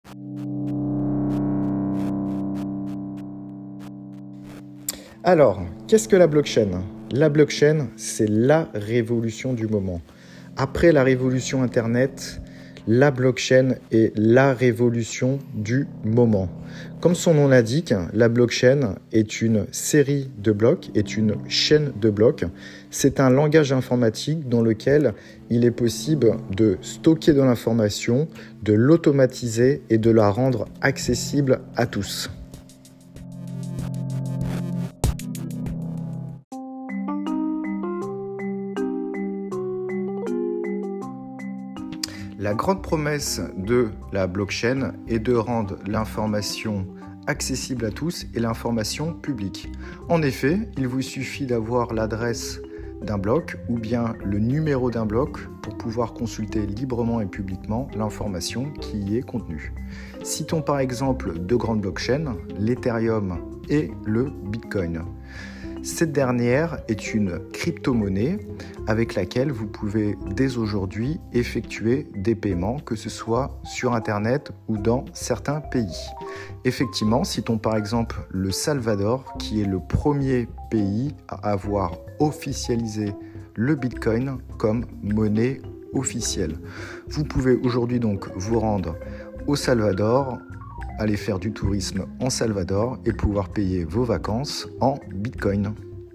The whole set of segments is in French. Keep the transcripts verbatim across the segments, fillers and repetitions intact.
Alors, qu'est-ce que la blockchain? La blockchain, c'est la révolution du moment. Après la révolution Internet, la blockchain est la révolution du moment. Comme son nom l'indique, la blockchain est une série de blocs, est une chaîne de blocs. C'est un langage informatique dans lequel il est possible de stocker de l'information, de l'automatiser et de la rendre accessible à tous. La grande promesse de la blockchain est de rendre l'information accessible à tous et l'information publique. En effet, il vous suffit d'avoir l'adresse d'un bloc ou bien le numéro d'un bloc pour pouvoir consulter librement et publiquement l'information qui y est contenue. Citons par exemple deux grandes blockchains, l'Ethereum et le Bitcoin. Cette dernière est une crypto-monnaie avec laquelle vous pouvez dès aujourd'hui effectuer des paiements, que ce soit sur Internet ou dans certains pays. Effectivement, citons par exemple le Salvador, qui est le premier pays à avoir officialisé le Bitcoin comme monnaie officielle. Vous pouvez aujourd'hui donc vous rendre au Salvador, aller faire du tourisme en Salvador et pouvoir payer vos vacances en Bitcoin.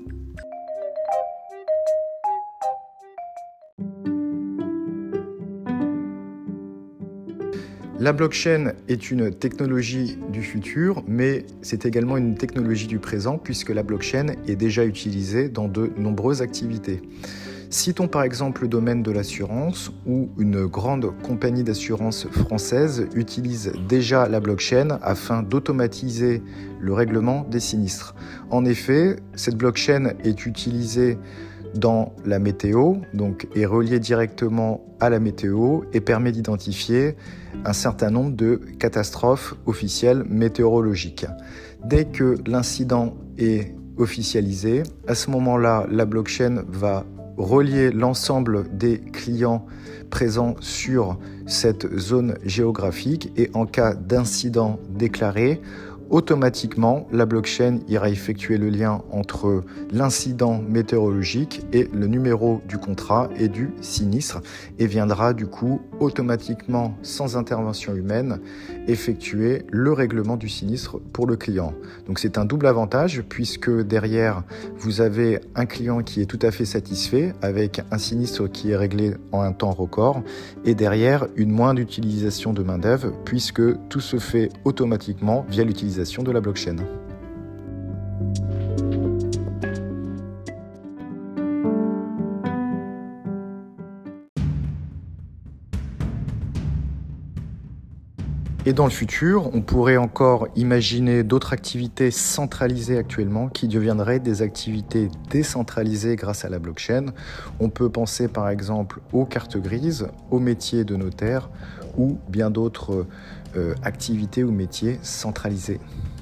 La blockchain est une technologie du futur, mais c'est également une technologie du présent puisque la blockchain est déjà utilisée dans de nombreuses activités. Citons par exemple le domaine de l'assurance où une grande compagnie d'assurance française utilise déjà la blockchain afin d'automatiser le règlement des sinistres. En effet, cette blockchain est utilisée dans la météo, donc est reliée directement à la météo et permet d'identifier un certain nombre de catastrophes officielles météorologiques. Dès que l'incident est officialisé, à ce moment-là, la blockchain va relier l'ensemble des clients présents sur cette zone géographique et en cas d'incident déclaré, automatiquement, la blockchain ira effectuer le lien entre l'incident météorologique et le numéro du contrat et du sinistre et viendra du coup automatiquement, sans intervention humaine, effectuer le règlement du sinistre pour le client. Donc c'est un double avantage puisque derrière, vous avez un client qui est tout à fait satisfait avec un sinistre qui est réglé en un temps record et derrière, une moindre utilisation de main-d'œuvre puisque tout se fait automatiquement via l'utilisation de la blockchain. Et dans le futur, on pourrait encore imaginer d'autres activités centralisées actuellement qui deviendraient des activités décentralisées grâce à la blockchain. On peut penser par exemple aux cartes grises, aux métiers de notaire ou bien d'autres euh, activités ou métiers centralisés.